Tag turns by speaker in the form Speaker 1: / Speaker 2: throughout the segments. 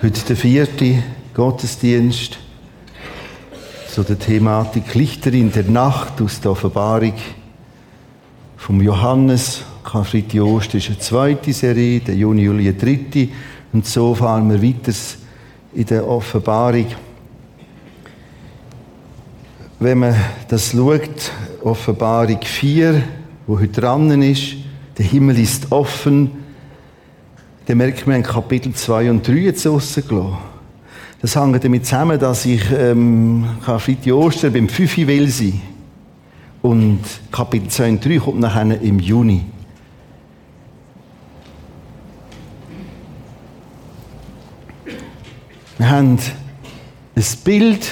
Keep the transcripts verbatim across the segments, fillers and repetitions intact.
Speaker 1: Heute der vierte Gottesdienst zu der Thematik Lichter in der Nacht aus der Offenbarung vom Johannes. Karfreitag Ostern ist eine zweite Serie, der Juni, Juli eine dritte. Und so fahren wir weiter in der Offenbarung. Wenn man das schaut, Offenbarung vier, wo heute dran ist, der Himmel ist offen, dann merkt man in Kapitel zwei und drei jetzt rausgelassen. Das hängt damit zusammen, dass ich ähm, Karfreitag Ostern beim fünf will sein. Und Kapitel zwei und drei kommt nachher im Juni. Wir haben ein Bild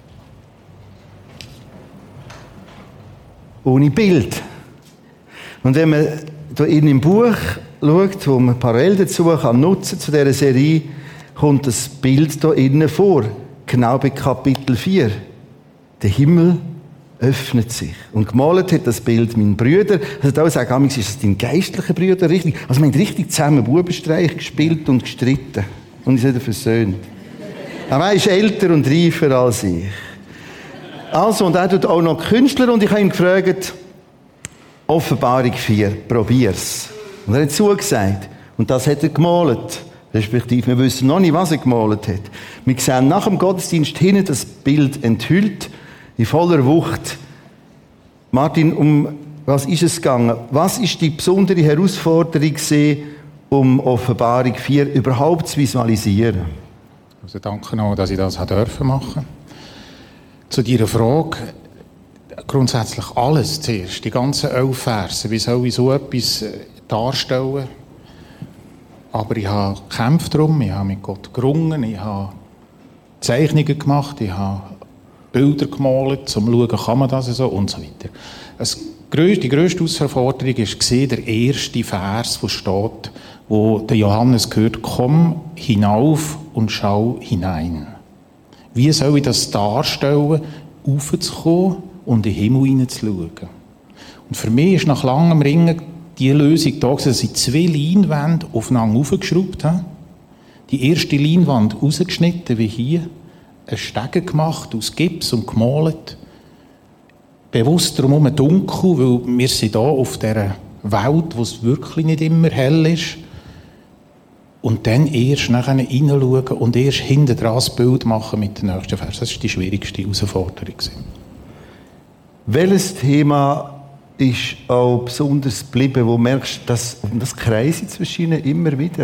Speaker 1: ohne Bild. Und wenn man hier in im Buch schaut, wo man parallel dazu kann nutzen zu dieser Serie, kommt das Bild hier innen vor. Genau bei Kapitel vier. Der Himmel öffnet sich. Und gemalt hat das Bild mein Brüder. Also da sagen, ist das dein geistlicher Brüder richtig? Also wir haben richtig zusammen Bubenstreich gespielt und gestritten. Und ist wieder versöhnt. Aber er ist älter und reifer als ich. Also, und er tut auch noch Künstler, und ich habe ihn gefragt, Offenbarung vier, probier's. Und er hat zugesagt. Und das hat er gemalt. Respektive, wir wissen noch nicht, was er gemalt hat. Wir sehen nach dem Gottesdienst hinten das Bild enthüllt, in voller Wucht. Martin, um was ist es gegangen? Was ist die besondere Herausforderung gewesen, um Offenbarung vier überhaupt zu visualisieren?
Speaker 2: Also danke auch, dass ich das machen durfte. Zu deiner Frage, grundsätzlich alles zuerst, die ganzen elf Verse, wie soll ich so etwas darstellen? Aber ich habe gekämpft darum, ich habe mit Gott gerungen, ich habe Zeichnungen gemacht, ich habe Bilder gemalt, um zu schauen, kann man das so und so weiter. Das grösste, die grösste Herausforderung war der erste Vers, der steht, wo der Johannes gehört, komm hinauf und schau hinein. Wie soll ich das darstellen, raufzukommen und in den Himmel hineinzuschauen? Und für mich ist nach langem Ringen die Lösung da, dass ich zwei Leinwände aufeinander aufgeschraubt habe. Die erste Leinwand rausgeschnitten, wie hier, einen Stegen gemacht aus Gips und gemalt. Bewusst darum dunkel, weil wir sind hier auf dieser Welt, wo es wirklich nicht immer hell ist. Und dann erst nachher hineinschauen und erst hinten dran das Bild machen mit den nächsten Vers. Das war die schwierigste Herausforderung.
Speaker 1: Welches Thema ist auch besonders geblieben, wo du merkst, dass um das Kreise zwischen ihnen immer wieder?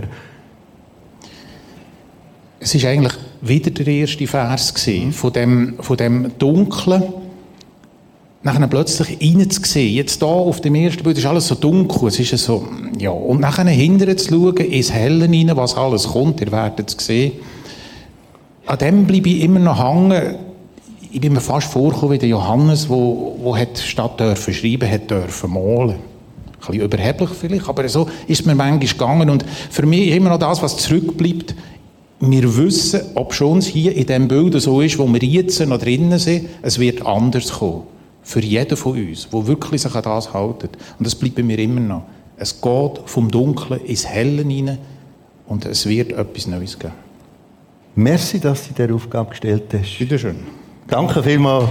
Speaker 2: Es war eigentlich wieder der erste Vers gewesen, von dem, von dem Dunklen, nachher plötzlich reinzusehen. Jetzt hier auf dem ersten Bild ist alles so dunkel, es ist so, ja, und nachher hinterher zu schauen, ins Helle rein, was alles kommt, ihr werdet es sehen. An dem bleibe ich immer noch hängen. Ich bin mir fast vorgekommen wie der Johannes, wo, wo hat statt dürfen schreiben, hat dürfen malen. Ein bisschen überheblich vielleicht, aber so ist mir manchmal gegangen. Und für mich ist immer noch das, was zurückbleibt. Wir wissen, ob schon es hier in diesem Bild so ist, wo wir jetzt noch drinnen sind, es wird anders kommen. Für jeden von uns, der wirklich sich an das hält. Und das bleibt bei mir immer noch. Es geht vom Dunklen ins Helle hinein und es wird etwas Neues geben.
Speaker 1: Merci, dass du diese Aufgabe gestellt hast.
Speaker 2: Bitte schön.
Speaker 1: Danke vielmals.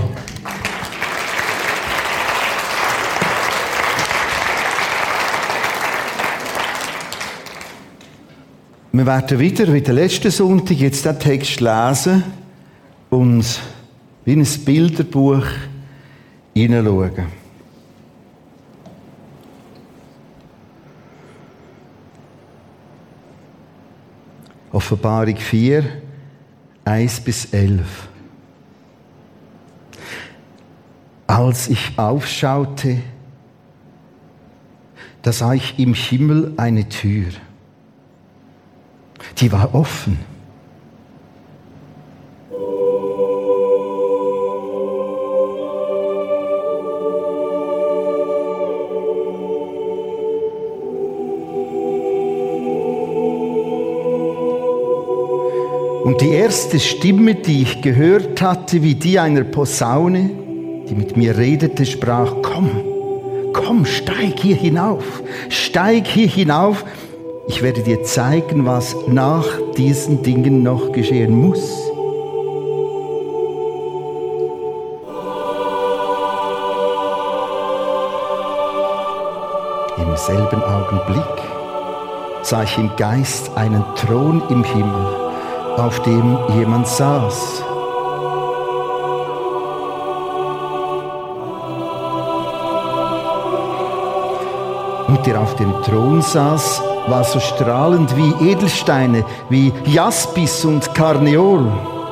Speaker 1: Wir werden wieder, wie der letzten Sonntag, jetzt den Text lesen und wie in ein Bilderbuch hineinschauen. Offenbarung vier, eins bis elf. Als ich aufschaute, da sah ich im Himmel eine Tür. Die war offen. Und die erste Stimme, die ich gehört hatte, wie die einer Posaune, die mit mir redete, sprach, komm, komm, steig hier hinauf, steig hier hinauf ich werde dir zeigen, was nach diesen Dingen noch geschehen muss. Im selben Augenblick sah ich im Geist einen Thron im Himmel, auf dem jemand saß. Und der auf dem Thron saß, war so strahlend wie Edelsteine, wie Jaspis und Karneol.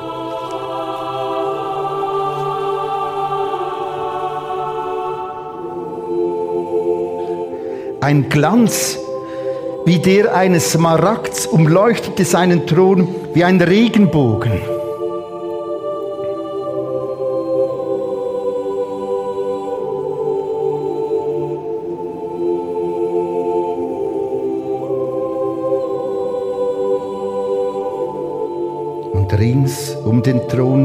Speaker 1: Ein Glanz wie der eines Smaragds umleuchtete seinen Thron wie ein Regenbogen. Und rings um den Thron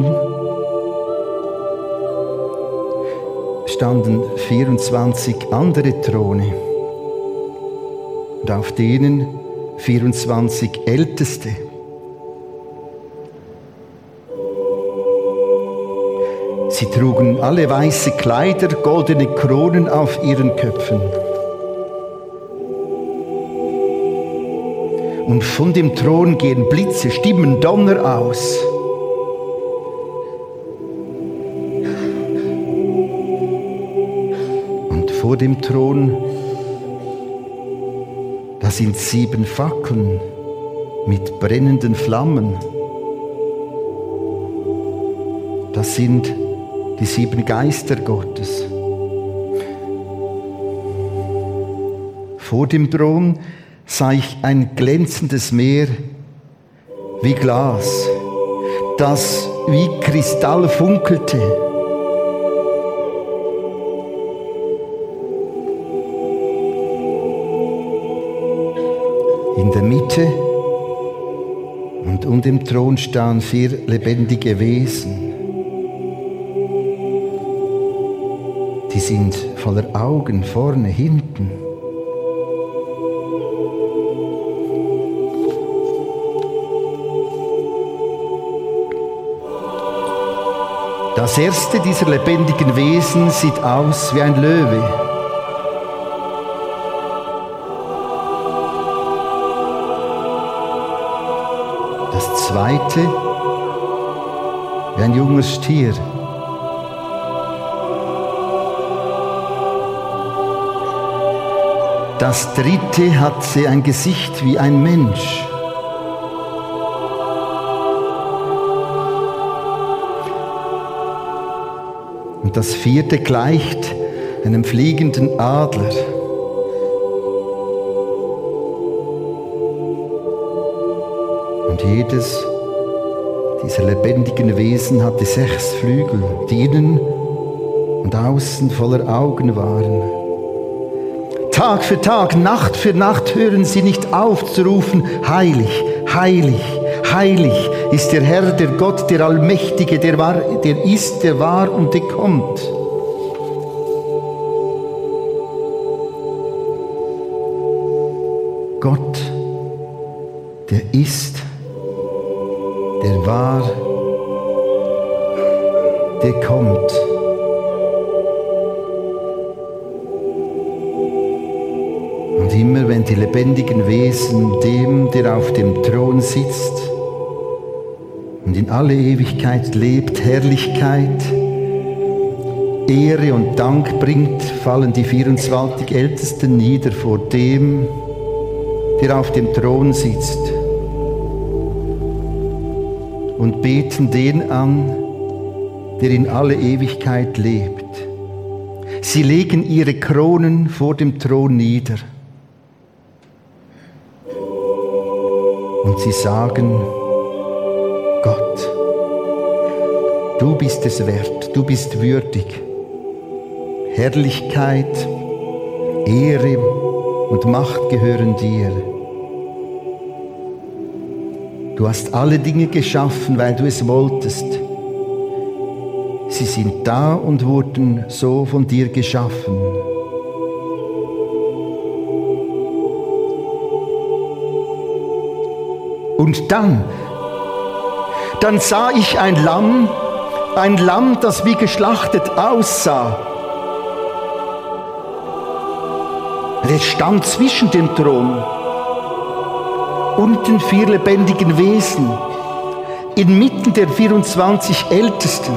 Speaker 1: standen vierundzwanzig andere Throne. Und auf denen vierundzwanzig Älteste. Sie trugen alle weiße Kleider, goldene Kronen auf ihren Köpfen. Und von dem Thron gehen Blitze, Stimmen, Donner aus. Und vor dem Thron da sind sieben Fackeln mit brennenden Flammen. Das sind die sieben Geister Gottes. Vor dem Thron sah ich ein glänzendes Meer wie Glas, das wie Kristall funkelte. In der Mitte und um den Thron standen vier lebendige Wesen. Die sind voller Augen, vorne, hinten. Das erste dieser lebendigen Wesen sieht aus wie ein Löwe. Das zweite wie ein junges Stier. Das dritte hatte ein Gesicht wie ein Mensch. Und das vierte gleicht einem fliegenden Adler. Und jedes dieser lebendigen Wesen hatte sechs Flügel, die innen und außen voller Augen waren. Tag für Tag, Nacht für Nacht hören sie nicht auf zu rufen, heilig, heilig, heilig ist der Herr, der Gott, der Allmächtige, der war, der ist, der war und der kommt. Gott, der ist, der war, der kommt. Und immer wenn die lebendigen Wesen dem, der auf dem Thron sitzt und in alle Ewigkeit lebt, Herrlichkeit, Ehre und Dank bringt, fallen die vierundzwanzig Ältesten nieder vor dem, der auf dem Thron sitzt, und beten den an, der in alle Ewigkeit lebt. Sie legen ihre Kronen vor dem Thron nieder. Und sie sagen, Gott, du bist es wert, du bist würdig. Herrlichkeit, Ehre und Macht gehören dir. Du hast alle Dinge geschaffen, weil du es wolltest. Sie sind da und wurden so von dir geschaffen. Und dann, dann sah ich ein Lamm, ein Lamm, das wie geschlachtet aussah. Es stand zwischen dem Thron und den vier lebendigen Wesen, inmitten der vierundzwanzig Ältesten.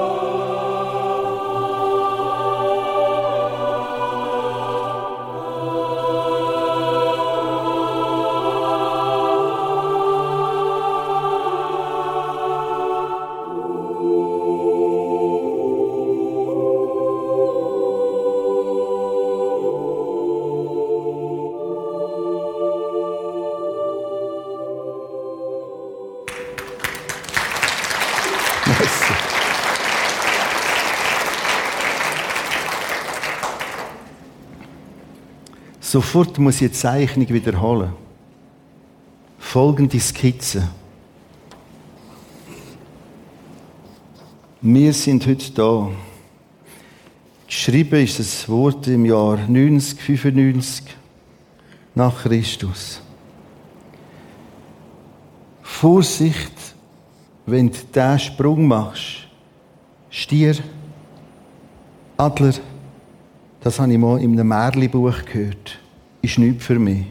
Speaker 1: Sofort muss ich die Zeichnung wiederholen. Folgende Skizze. Wir sind heute da. Geschrieben ist das Wort im Jahr neunzig, fünfundneunzig nach Christus. Vorsicht, wenn du diesen Sprung machst. Stier, Adler, das habe ich mal in einem Märchenbuch gehört. Ist nichts für mich.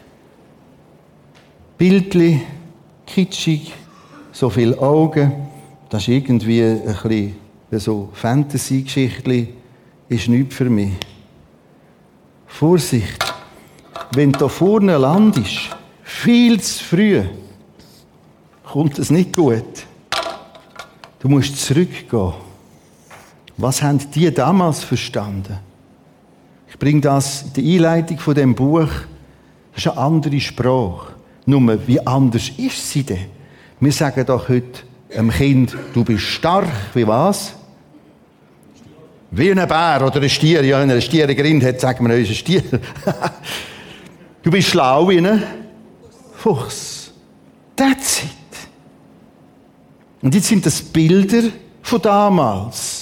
Speaker 1: Bildli, kitschig, so viele Augen, das ist irgendwie ein bisschen so Fantasy-Geschichtli, ist nichts für mich. Vorsicht, wenn du da vorne landest, viel zu früh, kommt es nicht gut. Du musst zurückgehen. Was haben die damals verstanden? Ich bringe das in der Einleitung von dem Buch. Das ist eine andere Sprache. Nur, wie anders ist sie denn? Wir sagen doch heute einem Kind, du bist stark, wie was? Wie ein Bär oder ein Stier. Ja, wenn er ein Stier Grind hat, sagen wir, er ist ein Stier. Du bist schlau wie ein Fuchs. That's it. Und jetzt sind das Bilder von damals.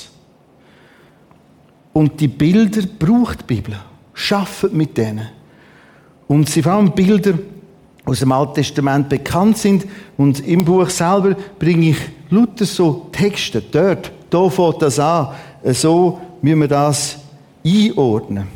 Speaker 1: Und die Bilder braucht die Bibel. Schafft mit denen. Und sie vor allem Bilder aus dem Alten Testament bekannt sind. Und im Buch selber bringe ich lauter so Texte. Dort, da fängt das an. So müssen wir das einordnen.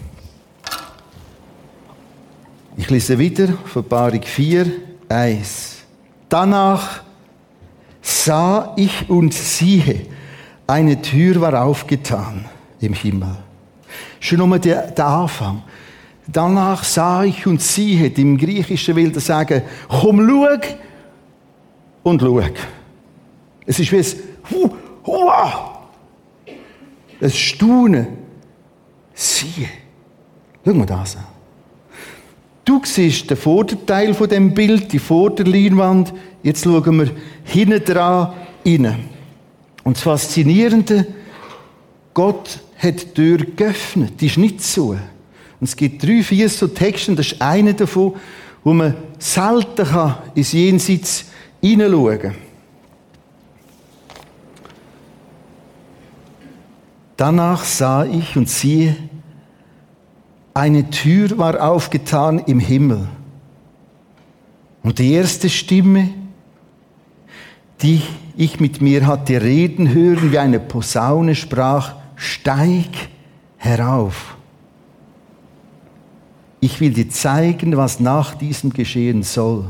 Speaker 1: Ich lese wieder Offenbarung vier, eins. Danach sah ich und siehe, eine Tür war aufgetan im Himmel. Schon nur der, der Anfang. Danach sah ich und siehe, im Griechischen will das sagen, komm, schau und schau. Es ist wie ein hu, hua, ein Staunen. Siehe. Schau mal das an. Du siehst den Vorderteil von dem Bild, die Vorderleinwand. Jetzt schauen wir hinten dran rein. Und das Faszinierende, Gott hat die Tür geöffnet, die ist nicht zu. Und es gibt drei, vier so Texte, das ist einer davon, wo man selten kann ins Jenseits hineinschauen kann. Danach sah ich und siehe, eine Tür war aufgetan im Himmel. Und die erste Stimme, die ich mit mir hatte reden hören, wie eine Posaune sprach, steig herauf. Ich will dir zeigen, was nach diesem geschehen soll.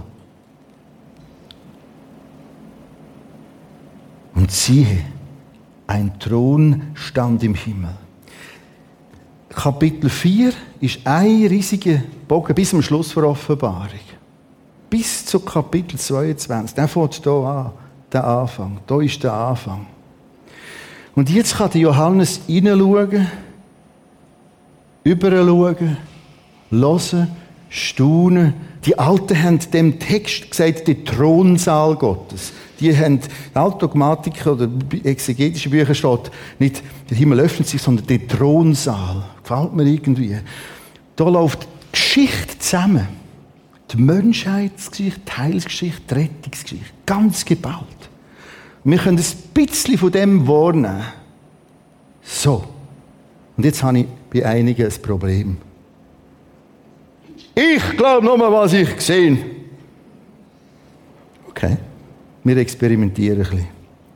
Speaker 1: Und siehe, ein Thron stand im Himmel. Kapitel vier ist ein riesiger Bogen bis zum Schluss der Offenbarung. Bis zu Kapitel zweiundzwanzig. Der fängt hier an, der Anfang. Da ist der Anfang. Und jetzt kann der Johannes hineinschauen, überschauen, hören, staunen. Die Alten haben dem Text gesagt, der Thronsaal Gottes. Die haben, Altdogmatiker oder exegetische Bücher steht nicht, der Himmel öffnet sich, sondern der Thronsaal. Gefällt mir irgendwie. Da läuft die Geschichte zusammen. Die Menschheitsgeschichte, die Heilsgeschichte, die Rettungsgeschichte. Ganz geballt. Wir können ein bisschen von dem wahrnehmen. So. Und jetzt habe ich bei einigen ein Problem. Ich glaube nur, was ich sehe. Wir experimentieren ein bisschen.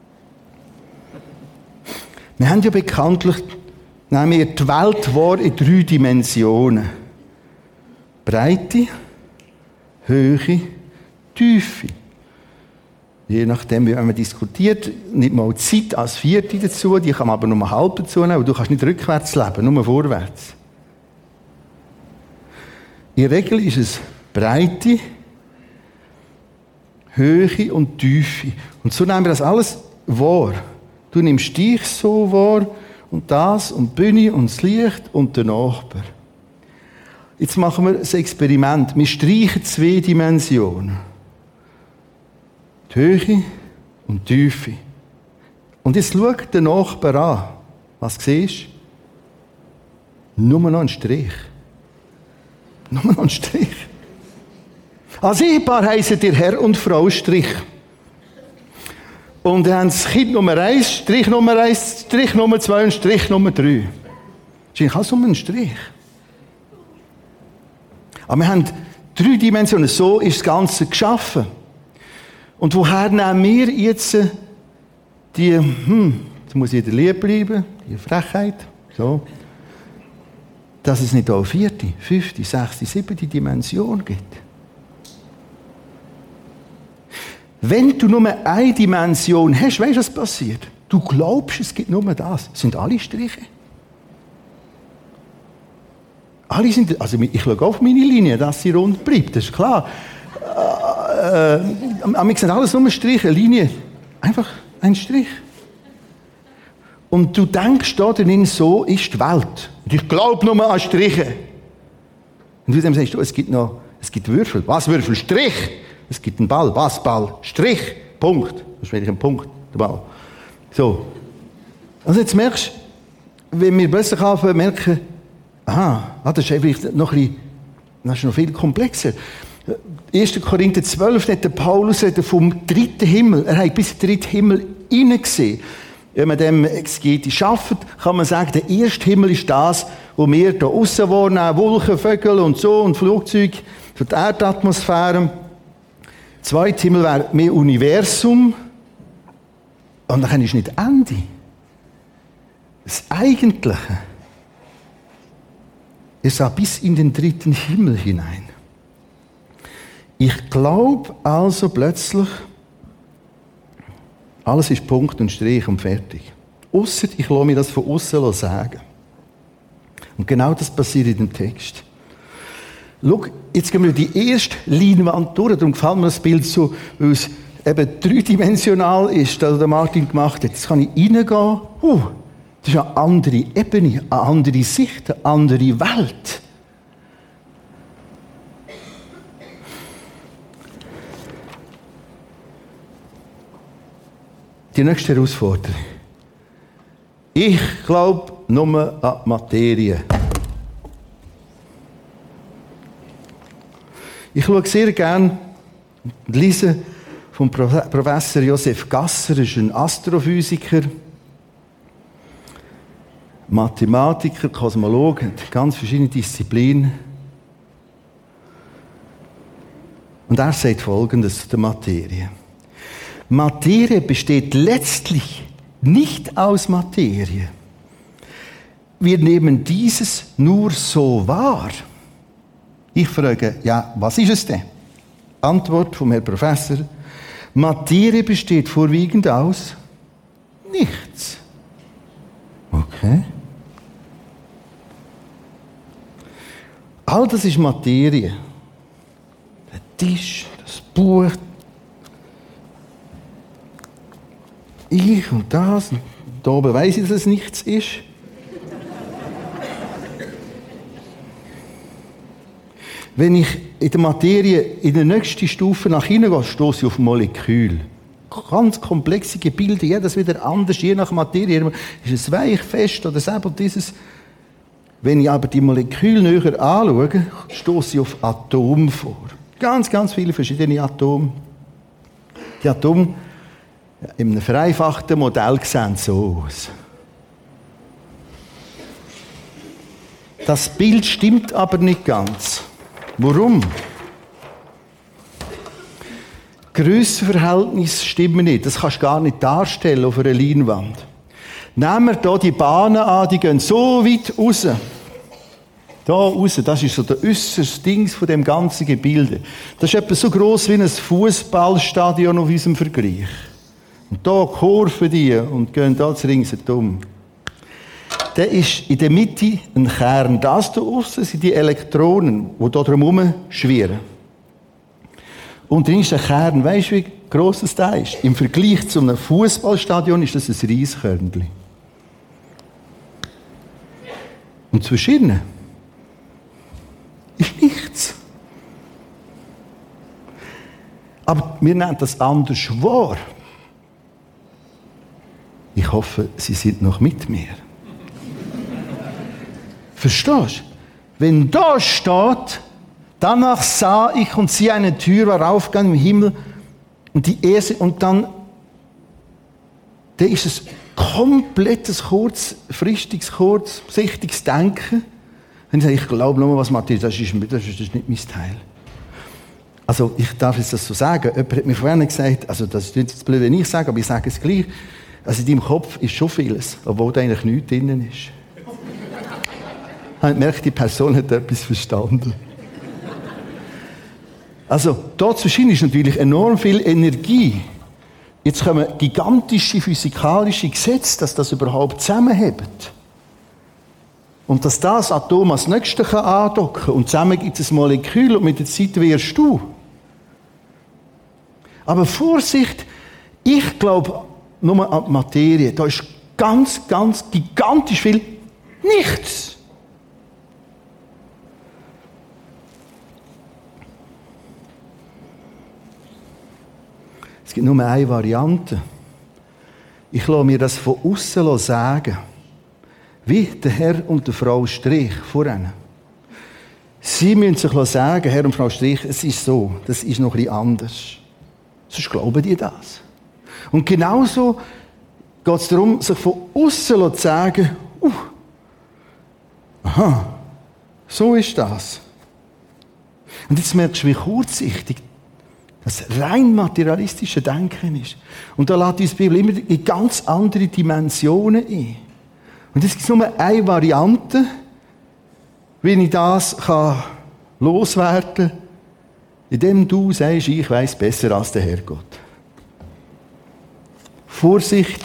Speaker 1: Wir haben ja bekanntlich, nehmen wir die Welt wahr in drei Dimensionen. Breite, Höhe, Tiefe. Je nachdem, wie man diskutiert, nicht mal Zeit als Vierte dazu, die kann man aber nur halb dazu nehmen, aber du kannst nicht rückwärts leben, nur vorwärts. In der Regel ist es Breite, Höhe und Tiefe. Und so nehmen wir das alles wahr. Du nimmst dich so wahr und das und die Bühne und das Licht und den Nachbar. Jetzt machen wir ein Experiment. Wir streichen zwei Dimensionen. Die Höhe und die Tiefe. Und jetzt schau den Nachbar an. Was siehst du? Nur noch ein Strich. Nur noch ein Strich. Als Ehepaar heissen ihr Herr und Frau Strich. Und dann haben das Kind Nummer eins, Strich Nummer eins, Strich Nummer zwei und Strich Nummer drei. Das ist alles um einen Strich. Aber wir haben drei Dimensionen. So ist das Ganze geschaffen. Und woher nehmen wir jetzt die, hm, jetzt muss ich in der Liebe bleiben, die Frechheit, so, dass es nicht auch eine vierte, fünfte, sechste, siebte Dimension gibt. Wenn du nur eine Dimension hast, weißt du, was passiert? Du glaubst, es gibt nur das. Es sind alle Striche. Alle sind, also ich schaue auf meine Linie, dass sie rund bleibt, das ist klar. Äh, äh, wir sind alles nur Striche, Linie. Einfach ein Strich. Und du denkst da drin, so ist die Welt. Und ich glaube nur an Striche. Und du dann sagst, du, es gibt noch, es gibt Würfel. Was Würfel? Strich. Es gibt einen Ball. Was Ball? Strich. Punkt. Das ist wirklich ein Punkt, der Ball. So. Also jetzt merkst du, wenn wir plötzlich anfangen merken, aha, das ist eigentlich noch ein bisschen, das ist noch viel komplexer. erster Korinther zwölf, der Paulus redet vom dritten Himmel. Er hat bis in den dritten Himmel hineingesehen. Wenn man dem exegetisch arbeitet, kann man sagen, der erste Himmel ist das, wo wir hier aussen wahrnehmen, Wolken, Vögel und so und Flugzeuge, für die Erdatmosphäre. Der zweite Himmel wäre mehr Universum. Und dann ist nicht Ende. Das Eigentliche ist auch bis in den dritten Himmel hinein. Ich glaube also plötzlich, alles ist Punkt und Strich und fertig. Ausser ich lasse mir das von außen sagen. Und genau das passiert in dem Text. Schau, jetzt gehen wir die erste Leinwand durch. Darum gefällt mir das Bild so, weil es eben dreidimensional ist, das der Martin gemacht hat. Jetzt kann ich reingehen. Uh, das ist eine andere Ebene, eine andere Sicht, eine andere Welt. Die nächste Herausforderung. Ich glaube nur an die Materie. Ich schaue sehr gerne und lese vom Professor Josef Gasser, er ist ein Astrophysiker, Mathematiker, Kosmologe, ganz verschiedene Disziplinen. Und er sagt Folgendes zu der Materie. Materie besteht letztlich nicht aus Materie. Wir nehmen dieses nur so wahr. Ich frage, ja, was ist es denn? Antwort vom Herrn Professor. Materie besteht vorwiegend aus nichts. Okay. All das ist Materie. Der Tisch, das Buch, ich und das. Und da oben weiss ich, dass es nichts ist. Wenn ich in der Materie in der nächsten Stufe nach hinten gehe, stoße ich auf Molekül. Ganz komplexe Gebilde, jedes wieder anders, je nach Materie. Ist es weich, fest oder selber dieses? Wenn ich aber die Moleküle näher anschaue, stoße ich auf Atome vor. Ganz, ganz viele verschiedene Atome. Die Atome in einem vereinfachten Modell sehen so aus. Das Bild stimmt aber nicht ganz. Warum? Grössenverhältnisse stimmen nicht. Das kannst du gar nicht darstellen auf einer Leinwand. Nehmen wir hier die Bahnen an, die gehen so weit raus. Da raus, das ist so der äußerste Ding von dem ganzen Gebilde. Das ist etwa so gross wie ein Fußballstadion auf unserem Vergleich. Und da kurven die und gehen da ringsherum. Der ist in der Mitte ein Kern. Das da aussen sind die Elektronen, die da drumherum schwirren. Und drin ist der Kern. Weißt du, wie gross das da ist? Im Vergleich zu einem Fußballstadion ist das ein Reiskörnchen. Und zwischen ihnen ist nichts. Aber wir nennen das anders wahr. Ich hoffe, Sie sind noch mit mir. Verstehst du? Wenn da steht, danach sah ich und siehe eine Tür war aufgegangen im Himmel und die erste, und dann, da ist es komplettes, kurzfristiges, kurzsichtiges Denken. Wenn ich sage, ich glaube nur, was Matthias, das ist, das ist nicht mein Teil. Also, ich darf jetzt das so sagen. Jemand hat mir vorhin gesagt, also, das ist jetzt blöd, wenn ich sage, aber ich sage es gleich. Also, in deinem Kopf ist schon vieles, obwohl da eigentlich nichts drin ist. Ich merke, die Person hat etwas verstanden. Also, da zwischen ist natürlich enorm viel Energie. Jetzt kommen gigantische physikalische Gesetze, dass das überhaupt zusammenhält. Und dass das Atom als nächstes andocken kann. Und zusammen gibt es ein Molekül und mit der Zeit wirst du. Aber Vorsicht, ich glaube nur an die Materie. Da ist ganz, ganz gigantisch viel nichts. Es gibt nur eine Variante. Ich lasse mir das von außen sagen. Wie der Herr und die Frau Strich voran. Sie müssen sich sagen, Herr und Frau Strich, es ist so, das ist noch ein bisschen anders. Sonst glauben die das. Und genauso geht es darum, sich von außen zu sagen, uh, aha, so ist das. Und jetzt merkst du, wie kurzsichtig das rein materialistische Denken ist. Und da lädt uns die Bibel immer in ganz andere Dimensionen ein. Und es gibt nur eine Variante, wie ich das kann loswerden kann, indem du sagst, ich weiss besser als der Herrgott. Vorsicht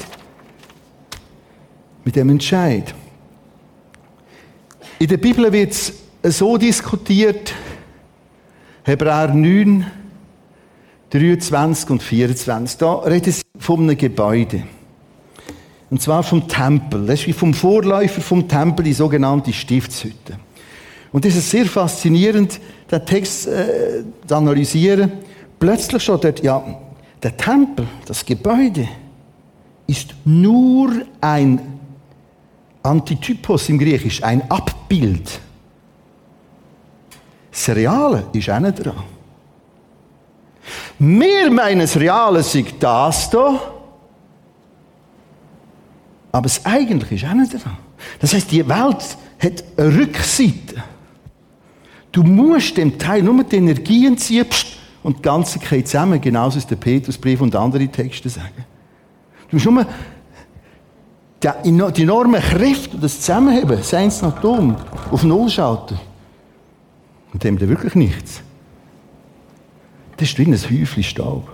Speaker 1: mit dem Entscheid. In der Bibel wird es so diskutiert, Hebräer neun, dreiundzwanzig und vierundzwanzig. Da redet es von einem Gebäude. Und zwar vom Tempel. Das ist wie vom Vorläufer vom Tempel, die sogenannte Stiftshütte. Und das ist sehr faszinierend, den Text äh, zu analysieren. Plötzlich steht dort, ja, der Tempel, das Gebäude, ist nur ein Antitypos im Griechisch, ein Abbild. Das Reale ist auch nicht dran. Wir meinen, das Reale sei das hier, aber das Eigentliche ist auch nicht dran. Das heisst, die Welt hat eine Rückseite. Du musst dem Teil nur die Energie entziehen und das Ganze geht zusammen, genauso wie es der Petrusbrief und andere Texte sagen. Du musst nur die enormen Kräfte und das Zusammenheben, das einzelne Atom, auf Null schalten. Und dem dann wirklich nichts. Das ist wie ein Häufchen Staub.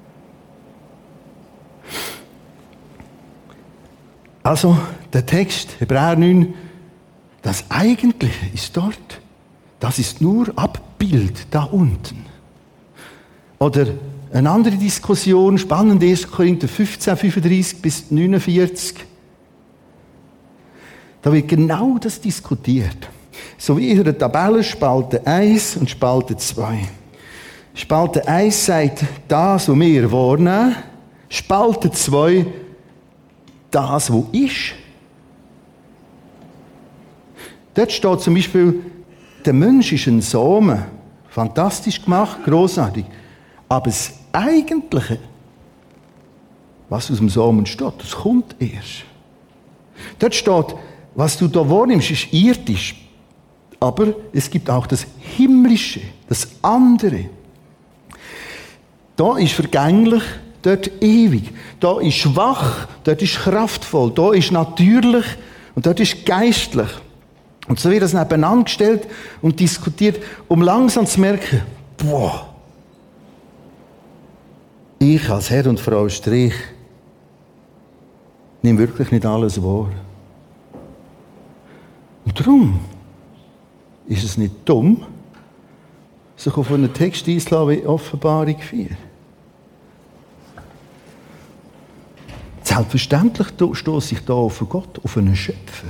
Speaker 1: Also, der Text, Hebräer neun, das Eigentliche ist dort. Das ist nur Abbild da unten. Oder eine andere Diskussion, spannend, erster Korinther fünfzehn, fünfunddreißig bis neunundvierzig. Da wird genau das diskutiert. So wie in der Tabelle Spalte eins und Spalte zwei. Spalte eins sagt, das, was wir wahrnehmen. Spalte zwei, das, was ist. Dort steht zum Beispiel, der Mensch ist ein Samen. Fantastisch gemacht, grossartig. Aber das Eigentliche, was aus dem Samen steht, das kommt erst. Dort steht, was du da wahrnimmst, ist irdisch. Aber es gibt auch das Himmlische, das andere. Da ist vergänglich, dort ewig. Da ist schwach, dort ist kraftvoll. Da ist natürlich und dort ist geistlich. Und so wird das nebeneinander gestellt und diskutiert, um langsam zu merken, boah, ich als Herr und Frau Strich nehme wirklich nicht alles wahr. Und darum ist es nicht dumm, sich auf einen Text einzulassen wie Offenbarung vier. Selbstverständlich stoße ich da auf Gott, auf einen Schöpfer.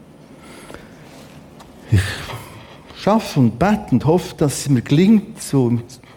Speaker 1: Ich schaffe und bete und hoffe, dass es mir gelingt, so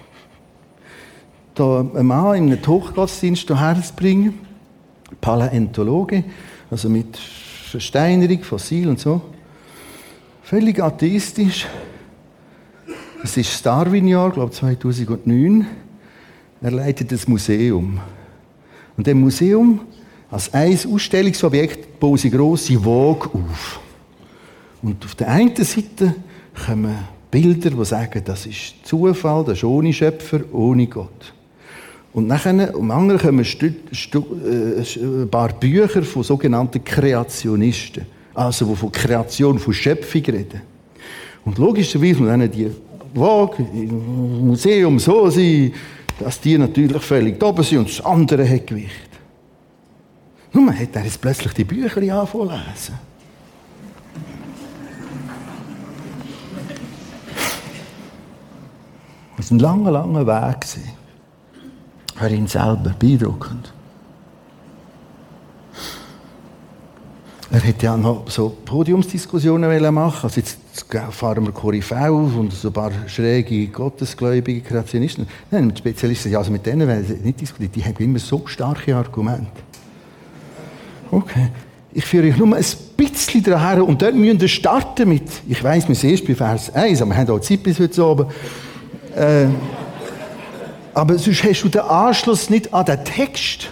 Speaker 1: da einen Mann in einen Hochgottesdienst herzubringen. Paläontologe, also mit Versteinerung, Fossil und so. Völlig atheistisch. Es ist das Darwin-Jahr, glaube ich, zweitausendneun. Er leitet das Museum. Und im Museum, als ein Ausstellungsobjekt, bauen sie grosse Waage auf. Und auf der einen Seite kommen Bilder, die sagen, das ist Zufall, das ist ohne Schöpfer, ohne Gott. Und nachher, um anderen kommen Stu, Stu, äh, ein paar Bücher von sogenannten Kreationisten. Also, die von Kreation, von Schöpfung reden. Und logischerweise muss dann die Waage im Museum so sein, dass die natürlich völlig da oben sind und das andere hat Gewicht. Nun, man hat jetzt plötzlich die Bücher angefangen zu lesen. Das war ein langer, langer Weg. Für ihn selber beeindruckend. Er hätte ja noch so Podiumsdiskussionen machen. Also jetzt fahren wir Koryphäe auf und so ein paar schräge, gottesgläubige Kreationisten. Nein, mit Spezialisten, ja, also mit denen werden sie nicht diskutieren. Die haben immer so starke Argumente. Okay. Ich führe euch nur ein bisschen daran und dort müsst ihr starten mit, ich weiss, wir sind erst bei Vers eins, aber wir haben auch Zeit bis heute oben. Äh, aber sonst hast du den Anschluss nicht an den Text.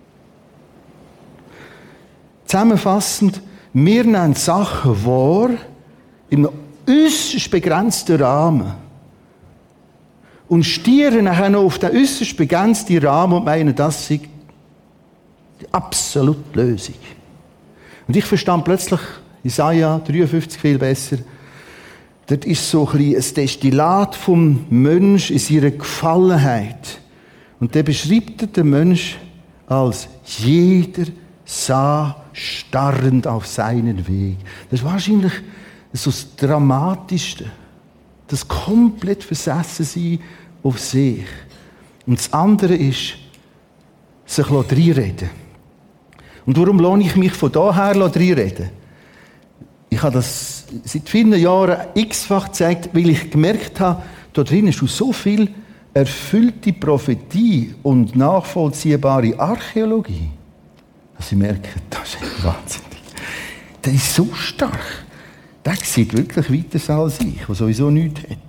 Speaker 1: Zusammenfassend, wir nehmen Sachen wahr in einem äußerst begrenzten Rahmen und stieren nachher noch auf den äußerst begrenzten Rahmen und meinen, das sei die absolute Lösung. Und ich verstand plötzlich Jesaja dreiundfünfzig viel besser. Dort ist so ein, ein Destillat vom Mensch in seiner Gefallenheit. Und der beschreibt den Mensch als jeder sah starrend auf seinen Weg. Das ist wahrscheinlich so das Dramatischste. Das komplett versessen sein auf sich. Und das andere ist, sich reinreden. Und warum lasse ich mich von daher reinreden? Ich habe das seit vielen Jahren x-fach gezeigt, weil ich gemerkt habe, da drin ist so viel erfüllte Prophetie und nachvollziehbare Archäologie, dass ich merke, das ist wahnsinnig. Der ist so stark. Der sieht wirklich weiter als ich, der sowieso nichts hat.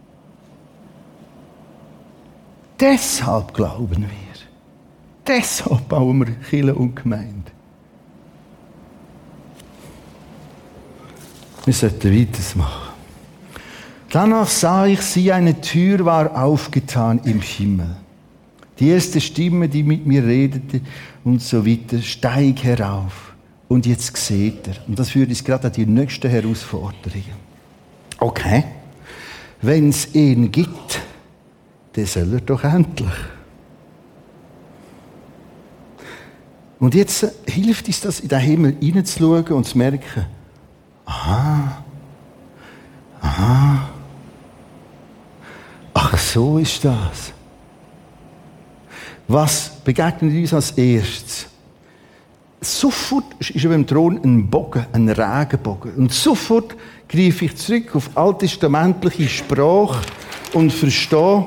Speaker 1: Deshalb glauben wir. Deshalb bauen wir Kirche und Gemeinde. Wir sollten weitermachen. Danach sah ich sie, eine Tür war aufgetan im Himmel. Die erste Stimme, die mit mir redete und so weiter, steig herauf. Und jetzt seht er. Und das führt uns gerade an die nächsten Herausforderungen. Okay. Wenn es ihn gibt, dann soll er doch endlich. Und jetzt hilft uns das, in den Himmel hineinzuschauen und zu merken, aha, aha, ach, so ist das. Was begegnet uns als erstes? Sofort ist über dem Thron ein Bogen, ein Regenbogen. Und sofort greife ich zurück auf alttestamentliche Sprache und verstehe,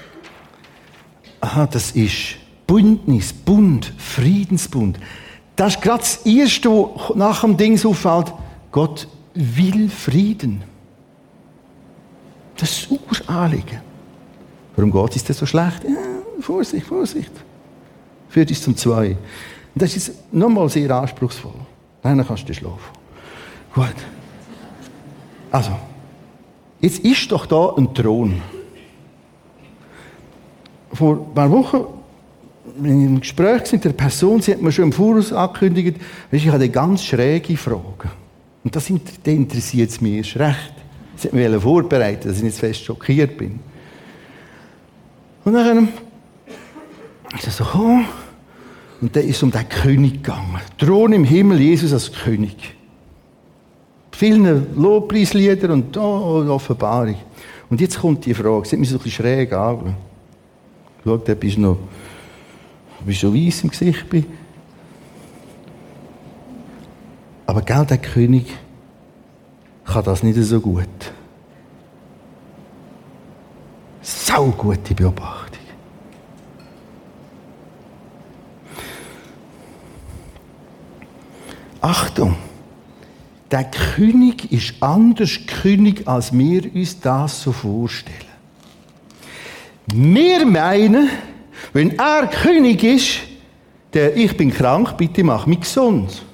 Speaker 1: aha, das ist Bündnis, Bund, Friedensbund. Das ist gerade das Erste, was nach dem Ding auffällt. Gott will Frieden. Das ist das Uranliegen. Warum geht es denn so schlecht? Ja, Vorsicht, Vorsicht. Führt uns zum Zwei. Und das ist nochmal sehr anspruchsvoll. Dann kannst du schlafen. Gut. Also, jetzt ist doch da ein Thron. vor ein paar Wochen im Gespräch mit der Person, sie hat mir schon im Voraus angekündigt, ich habe eine ganz schräge Frage. Und das interessiert es mich erst recht. Sie hat mich vorbereitet, dass ich nicht fest schockiert bin. Und dann ist er so gekommen, und dann ist es um den König gegangen. Thron im Himmel, Jesus als König. Viele Lobpreislieder und oh, Offenbarung. Und jetzt kommt die Frage, sie hat mich so ein bisschen schräg angeschaut. Schau, da bist du noch, bist schon weiss im Gesicht. Bin. Aber gell, der König kann das nicht so gut. Sau gute Beobachtung. Achtung! Der König ist anders König, als wir uns das so vorstellen. Wir meinen, wenn er König ist, der ich bin krank, bitte mach mich gesund.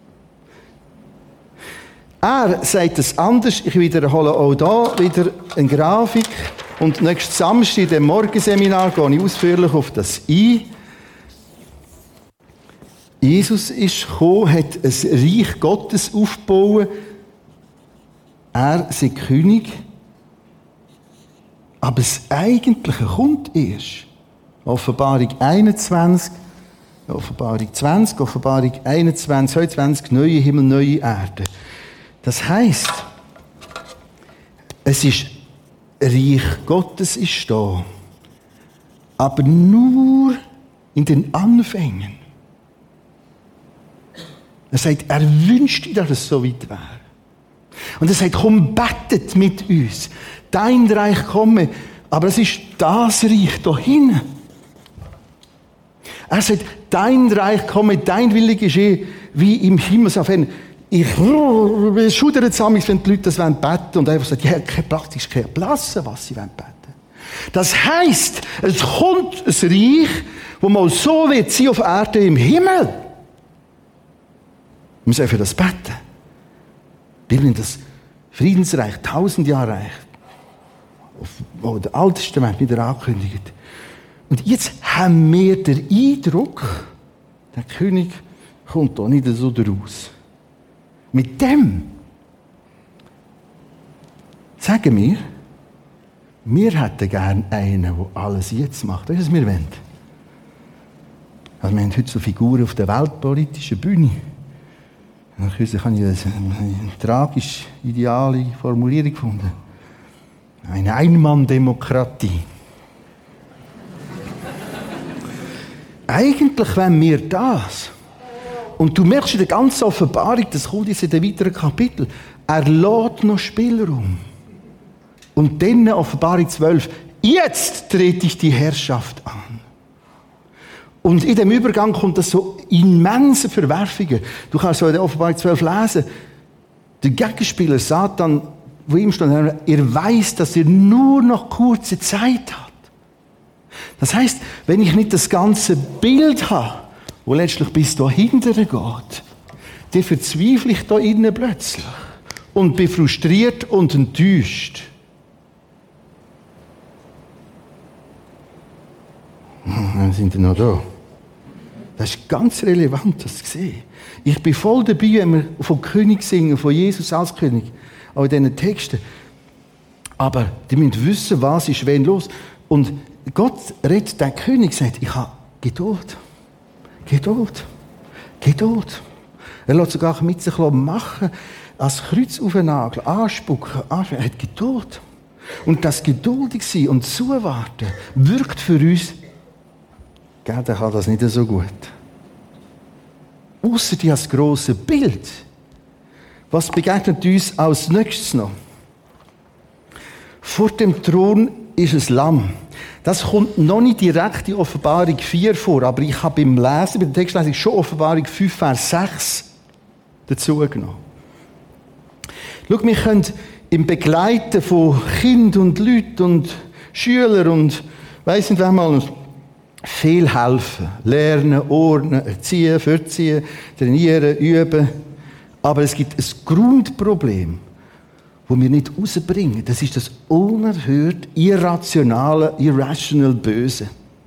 Speaker 1: Er sagt es anders. Ich wiederhole auch hier wieder eine Grafik. Und nächsten Samstag in dem Morgenseminar gehe ich ausführlich auf das ein. Jesus ist gekommen, hat ein Reich Gottes aufgebaut. Er ist König. Aber das Eigentliche kommt erst. Offenbarung einundzwanzig, Offenbarung zwanzig, Offenbarung einundzwanzig, zweiundzwanzig, neue Himmel, neue Erde. Das heisst, es ist Reich Gottes ist da, aber nur in den Anfängen. Er sagt, er wünscht, dass es so weit wäre. Und er sagt, komm, bettet mit uns. Dein Reich komme, aber es ist das Reich da hinten. Er sagt, dein Reich komme, dein Wille geschehe, wie im Himmel auf Erden. Ich schudere zusammen, wenn die Leute das beten wollen und einfach sagen, ja, kein Platz, ist kein Platz, was sie beten wollen. Das heisst, es kommt ein Reich, wo mal so wird sein auf Erde im Himmel. Wir müssen für das beten. Wir wollen das Friedensreich, Tausendjahrreich, wo der Alte Testament wieder ankündigt. Und jetzt haben wir den Eindruck, der König kommt da nicht so daraus. Mit dem sagen wir, wir hätten gerne einen, der alles jetzt macht. Weißt du, was wir wollen? Also wir haben heute so Figuren auf der weltpolitischen Bühne. Dann habe ich eine, eine tragisch ideale Formulierung gefunden. Eine Einmann-Demokratie. Eigentlich wollen wir das. Und du merkst in der ganzen Offenbarung, das kommt jetzt in den weiteren Kapiteln, er lässt noch Spielraum. Und dann Offenbarung zwölf, jetzt trete ich die Herrschaft an. Und in dem Übergang kommt das so immense Verwerfungen. Du kannst so in der Offenbarung zwölf lesen, der Gegenspieler Satan, wo ihm stand, er weiß, dass er nur noch kurze Zeit hat. Das heisst, wenn ich nicht das ganze Bild habe, wo letztlich bis da hinten geht, dann verzweifle ich da innen plötzlich und bin frustriert und enttäuscht. Dann sind wir noch da. Das ist ganz relevant, das zu sehen. Ich bin voll dabei, wenn wir von König singen, von Jesus als König, auch in diesen Texten. Aber die müssen wissen, was ist wenn los. Und Gott redet den König, sagt, ich habe Geduld. Geduld. Geduld. Er lässt sogar mit sich machen, als Kreuz auf den Nagel, anspucken, anspucken. Er hat Geduld. Und das geduldig sein und zuwarten wirkt für uns, gell, der kann das nicht so gut. Ausser die das grosse Bild. Was begegnet uns als nächstes noch? Vor dem Thron ist ein Lamm. Das kommt noch nicht direkt in Offenbarung vier vor, aber ich habe beim Lesen, bei der Textlesung schon Offenbarung fünf, Vers sechs dazu genommen. Schau, wir können im Begleiten von Kindern und Leuten und Schülern und weiss nicht, wer mal viel helfen. Lernen, ordnen, erziehen, vorziehen, trainieren, üben. Aber es gibt ein Grundproblem, das wir nicht rausbringen. Das ist das unerhört irrationale, irrational Böse.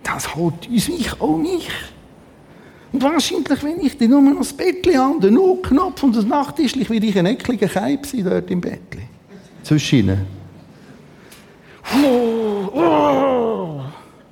Speaker 1: das holt uns mich, auch mich. Und wahrscheinlich, wenn ich dann nur noch das Bettchen habe, den Notknopf und das Nachttischchen, werde ich ein eckliger Keib sein dort im Bettchen. Zwischen ihnen. Oh, oh.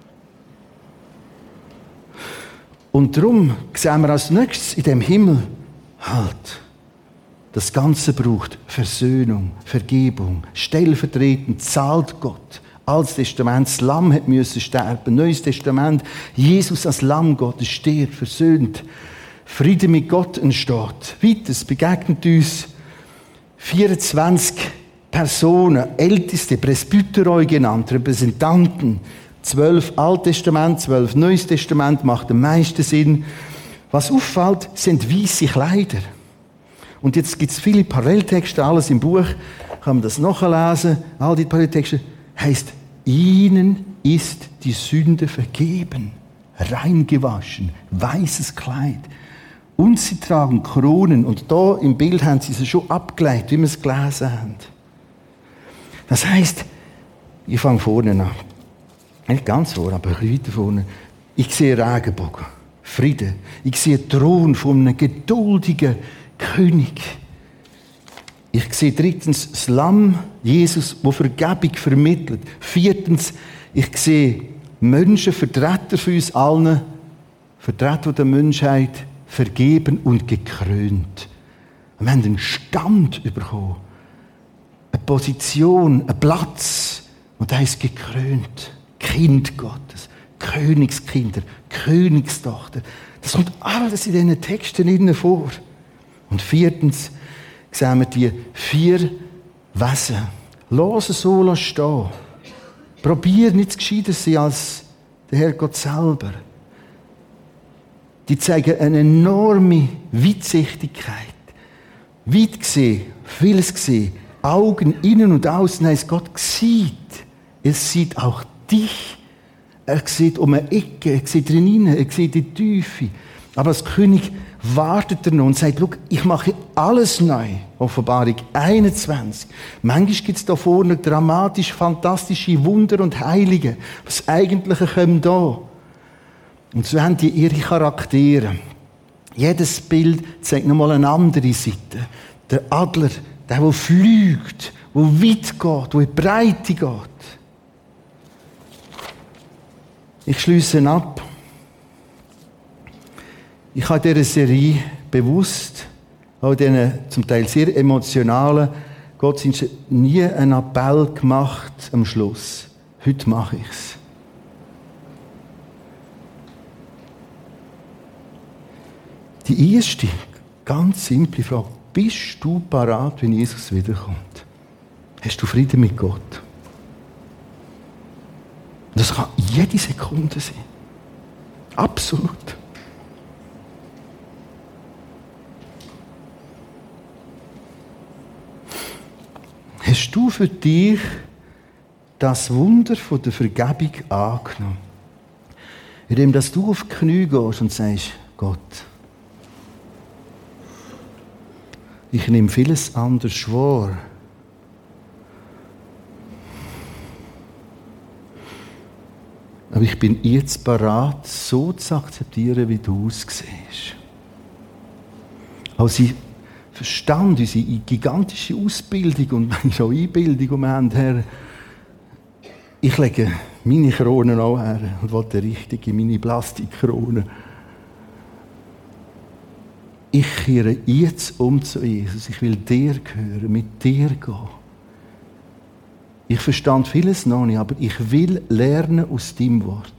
Speaker 1: Und darum sehen wir als nächstes in dem Himmel, halt, das Ganze braucht Versöhnung, Vergebung, stellvertretend zahlt Gott. Altes Testament, das Lamm hat müssen sterben. Neues Testament, Jesus als Lamm Gottes stirbt, versöhnt. Friede mit Gott entsteht. Weiters begegnet uns vierundzwanzig Personen, Älteste, Presbyteroi genannt, Repräsentanten. Zwölf Alttestament, zwölf Neues Testament macht am meisten Sinn. Was auffällt, sind weisse Kleider. Und jetzt gibt es viele Paralleltexte, alles im Buch, kann man das nachlesen. All die Paralleltexte heisst, ihnen ist die Sünde vergeben, reingewaschen, weißes Kleid. Und sie tragen Kronen. Und da im Bild haben sie sie schon abgeleitet, wie wir es gelesen haben. Das heisst, ich fange vorne an. Nicht ganz vorne, aber ein bisschen weiter vorne. Ich sehe Regenbogen, Frieden. Ich sehe den Thron von einem geduldigen König. Ich sehe drittens das Lamm, Jesus, der Vergebung vermittelt. Viertens, ich sehe Menschen, Vertreter für uns allen, Vertreter der Menschheit, vergeben und gekrönt. Wir haben einen Stand bekommen, eine Position, einen Platz, und der ist gekrönt. Kind Gottes, Königskinder, Königstochter. Das kommt alles in diesen Texten vor. Und viertens sehen wir die vier Wesen. Lass es so stehen. Probier nicht gescheiter zu sein als der Herrgott selber. Die zeigen eine enorme Weitsichtigkeit. Weit gesehen, vieles gesehen, Augen innen und außen, heißt Gott sieht. Er sieht auch dich. Er sieht um eine Ecke, er sieht drin hinein, er sieht die Tiefe. Aber als König wartet er noch und sagt, schau, ich mache alles neu. Offenbarung einundzwanzig. Manchmal gibt es da vorne dramatisch, fantastische Wunder und Heilige. Das Eigentliche kommt da. Und so haben die ihre Charaktere. Jedes Bild zeigt nochmal eine andere Seite. Der Adler, der, der fliegt, der weit geht, der in die Breite geht. Ich schliesse ab. Ich habe in dieser Serie bewusst, auch in diesen zum Teil sehr emotionalen Gottesdiensten, nie einen Appell gemacht am Schluss. Heute mache ich es. Die erste, ganz simple Frage. Bist du parat, wenn Jesus wiederkommt? Hast du Frieden mit Gott? Das kann jede Sekunde sein. Absolut. Hast du für dich das Wunder von der Vergebung angenommen? Indem dass du auf die Knie gehst und sagst, Gott, ich nehme vieles anders wahr. Aber ich bin jetzt bereit, so zu akzeptieren, wie du aussiehst. Also Verstand, unsere gigantische Ausbildung und auch Einbildung, die wir haben, Herr, ich lege meine Krone auch her und will die richtige, meine Plastikkrone. Ich kehre jetzt um zu Jesus. Ich will dir gehören, mit dir gehen. Ich verstand vieles noch nicht, aber ich will lernen aus deinem Wort.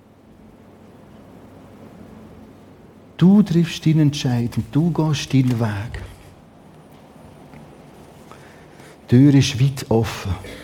Speaker 1: Du triffst deinen Entscheid und du gehst deinen Weg. Die Tür ist weit offen.